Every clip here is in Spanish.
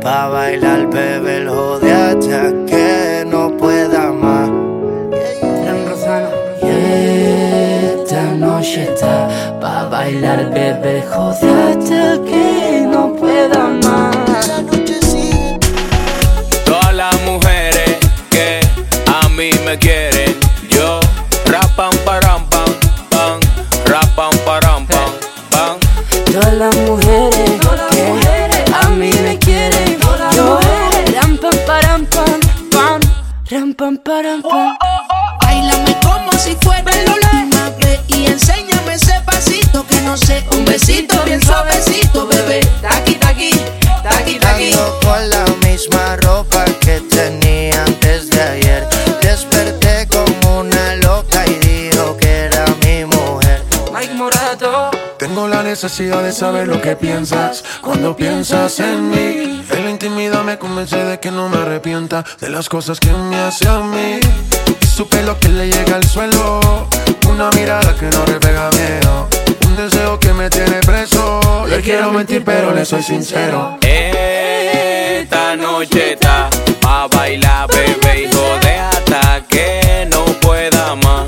Pa' bailar, beber, joder hasta que no pueda más. Esta noche está pa' bailar, bebé, joder hasta que no pueda más. La noche sigue. Todas las mujeres que a mí me quieren, yo rapam param pam pam, rapam param pam pam. Todas las mujeres que a mí me quieren, yo ram pam param pam pam, ram pam param pam. Báilame como si fuera la última vez y enséñame ese pasito que no sé. Un besito bien suavecito, bebé. Taqui, taqui, taqui, taqui. Ando con la misma ropa que tenía antes de ayer. Desperté como una loca y dijo que era mi mujer. Mike Morato. Tengo la necesidad de saber lo que piensas cuando piensas en mí. En la intimidad me convence de que no me arrepienta de las cosas que me hace a mí. Su pelo que le llega al suelo, una mirada que no refleja miedo, un deseo que me tiene preso. Le quiero mentir pero le soy sincero. Esta noche está pa' bailar, bebé, y joder hasta que no pueda más.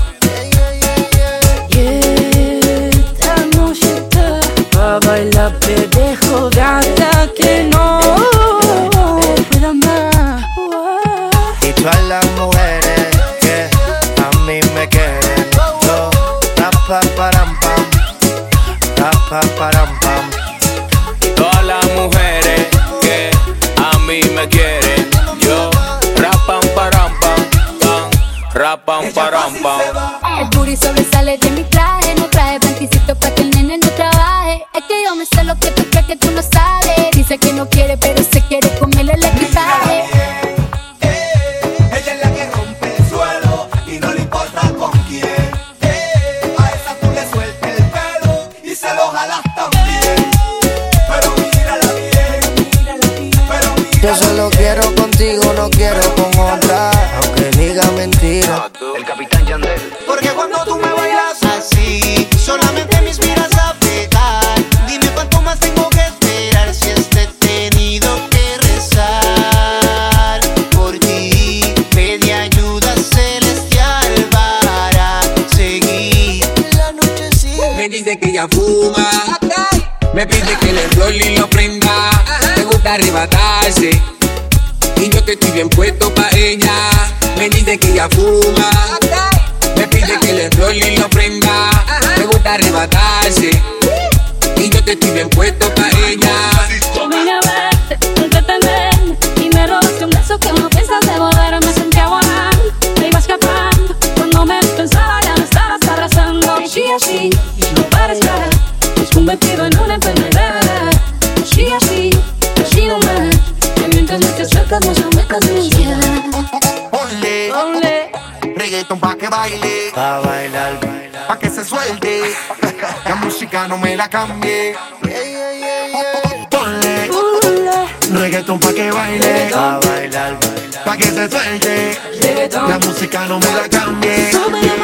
Esta noche está pa' bailar, bebé, joder hasta que no pueda más. Y todas las mujeres que a mí me quieren, yo rapa param pam, rapa param pam. Todas las mujeres que a mí me quieren, yo rapam param pam pam, rapam param pam. El booty sobresale de mi traje. No traje blanquicito pa' que el nene no trabaje. Es que yo me sé lo que tú crees que tú no sabes. Dice que no quiere pero se quiere comerle el equipaje. Ella es la que rompe el suelo y no le importa con quién. A esa tú le sueltas el pelo y se lo jalas también. Pero mírala bien, pero mírala. Yo solo quiero contigo, no quiero con otra, aunque diga mentira. El capitán Yandel. Porque cuando tú me bailas así, solamente mis miras a pegar. Dime cuánto más tengo que esperar si he tenido que rezar por ti. Pedí ayuda celestial para seguir. La noche sigue. Me dice que ella fuma, me pide que le role y lo prenda. Me gusta arrebatarse y yo que estoy bien puesto pa' ella. Me dice que ella fuma, me pide que le role y lo prenda. Me gusta arrebatarse y yo que estoy bien puesto pa' ella. Yo vine a verte, entretenerme y me robaste un beso que no piensas devolver. Me sentía volando, me iba escapando. Cuando me pensaba ya me estabas abrazando. Y así, no pares cara, es convertido en una enfermedad. Y así nomás, que mientras me te acercas no se me cansa mi ansiedad. Ponle reggaeton pa' que baile, Pa' bailar, pa' que se suelte. La música no me la cambie. Ponle reggaeton pa' que baile, pa' bailar, pa' que se suelte. La música no me la cambie.